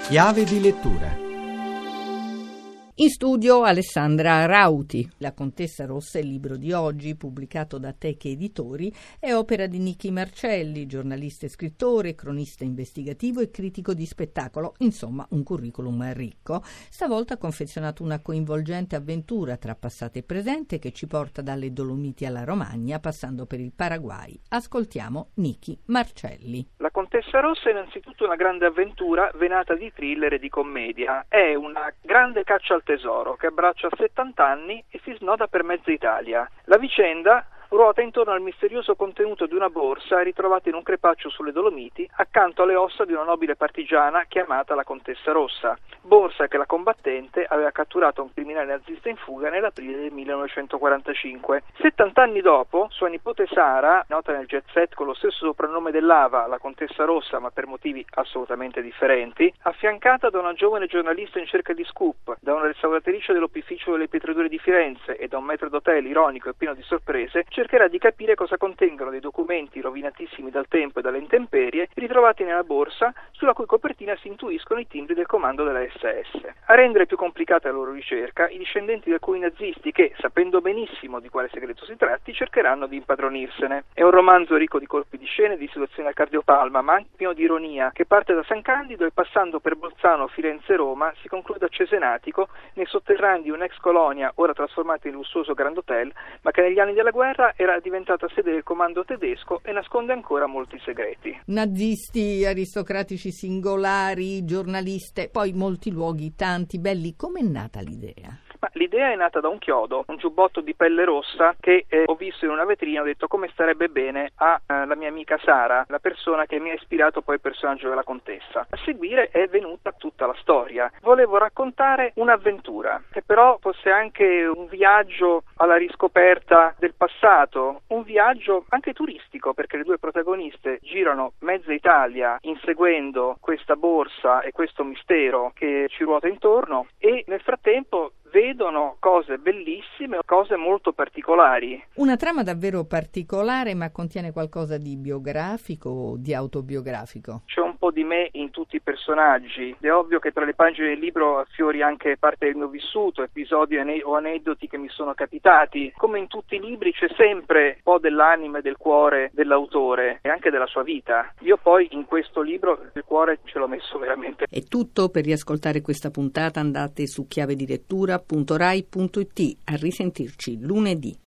Chiave di lettura. In studio Alessandra Rauti. La Contessa Rossa, il libro di oggi, pubblicato da Tecche Editori, è opera di Nichi Marcelli, giornalista e scrittore, cronista investigativo e critico di spettacolo, insomma un curriculum ricco. Stavolta ha confezionato una coinvolgente avventura tra passato e presente che ci porta dalle Dolomiti alla Romagna, passando per il Paraguay. Ascoltiamo Nichi Marcelli. La Contessa Rossa è innanzitutto una grande avventura venata di thriller e di commedia. È una grande caccia al tesoro che abbraccia 70 anni e si snoda per mezza Italia. La vicenda ruota intorno al misterioso contenuto di una borsa ritrovata in un crepaccio sulle Dolomiti accanto alle ossa di una nobile partigiana chiamata la Contessa Rossa, borsa che la combattente aveva catturato un criminale nazista in fuga nell'aprile del 1945. 70 anni dopo, sua nipote Sara, nota nel jet set con lo stesso soprannome dell'Ava, la Contessa Rossa, ma per motivi assolutamente differenti, affiancata da una giovane giornalista in cerca di scoop, da una restauratrice dell'Opificio delle Pietrature di Firenze e da un maître d'hotel ironico e pieno di sorprese, cercherà di capire cosa contengono dei documenti rovinatissimi dal tempo e dalle intemperie ritrovati nella borsa, sulla cui copertina si intuiscono i timbri del comando della SS. A rendere più complicata la loro ricerca, i discendenti di alcuni nazisti che, sapendo benissimo di quale segreto si tratti, cercheranno di impadronirsene. È un romanzo ricco di colpi di scena e di situazioni al cardiopalma, ma anche pieno di ironia, che parte da San Candido e passando per Bolzano, Firenze e Roma si conclude a Cesenatico, nei sotterranei di un'ex colonia ora trasformata in lussuoso Grand Hotel, ma che negli anni della guerra era diventata sede del comando tedesco e nasconde ancora molti segreti. Nazisti, aristocratici singolari, giornaliste, poi molti luoghi, tanti belli. Com'è nata l'idea? Ma l'idea è nata da un chiodo, un giubbotto di pelle rossa che ho visto in una vetrina. Ho detto come starebbe bene alla mia amica Sara, la persona che mi ha ispirato poi il personaggio della contessa. A seguire è venuta tutta la storia. Volevo raccontare un'avventura che però fosse anche un viaggio alla riscoperta del passato, un viaggio anche turistico, perché le due protagoniste girano mezza Italia inseguendo questa borsa e questo mistero che ci ruota intorno e nel frattempo vedono cose bellissime, cose molto particolari. Una trama davvero particolare, ma contiene qualcosa di biografico o di autobiografico? C'è un po' di me in tutti i personaggi. È ovvio che tra le pagine del libro affiori anche parte del mio vissuto, episodi o aneddoti che mi sono capitati. Come in tutti i libri c'è sempre un po' dell'anima e del cuore dell'autore e anche della sua vita. Io poi in questo libro il cuore ce l'ho messo veramente. È tutto. Per riascoltare questa puntata andate su chiavedilettura.rai.it. A risentirci lunedì.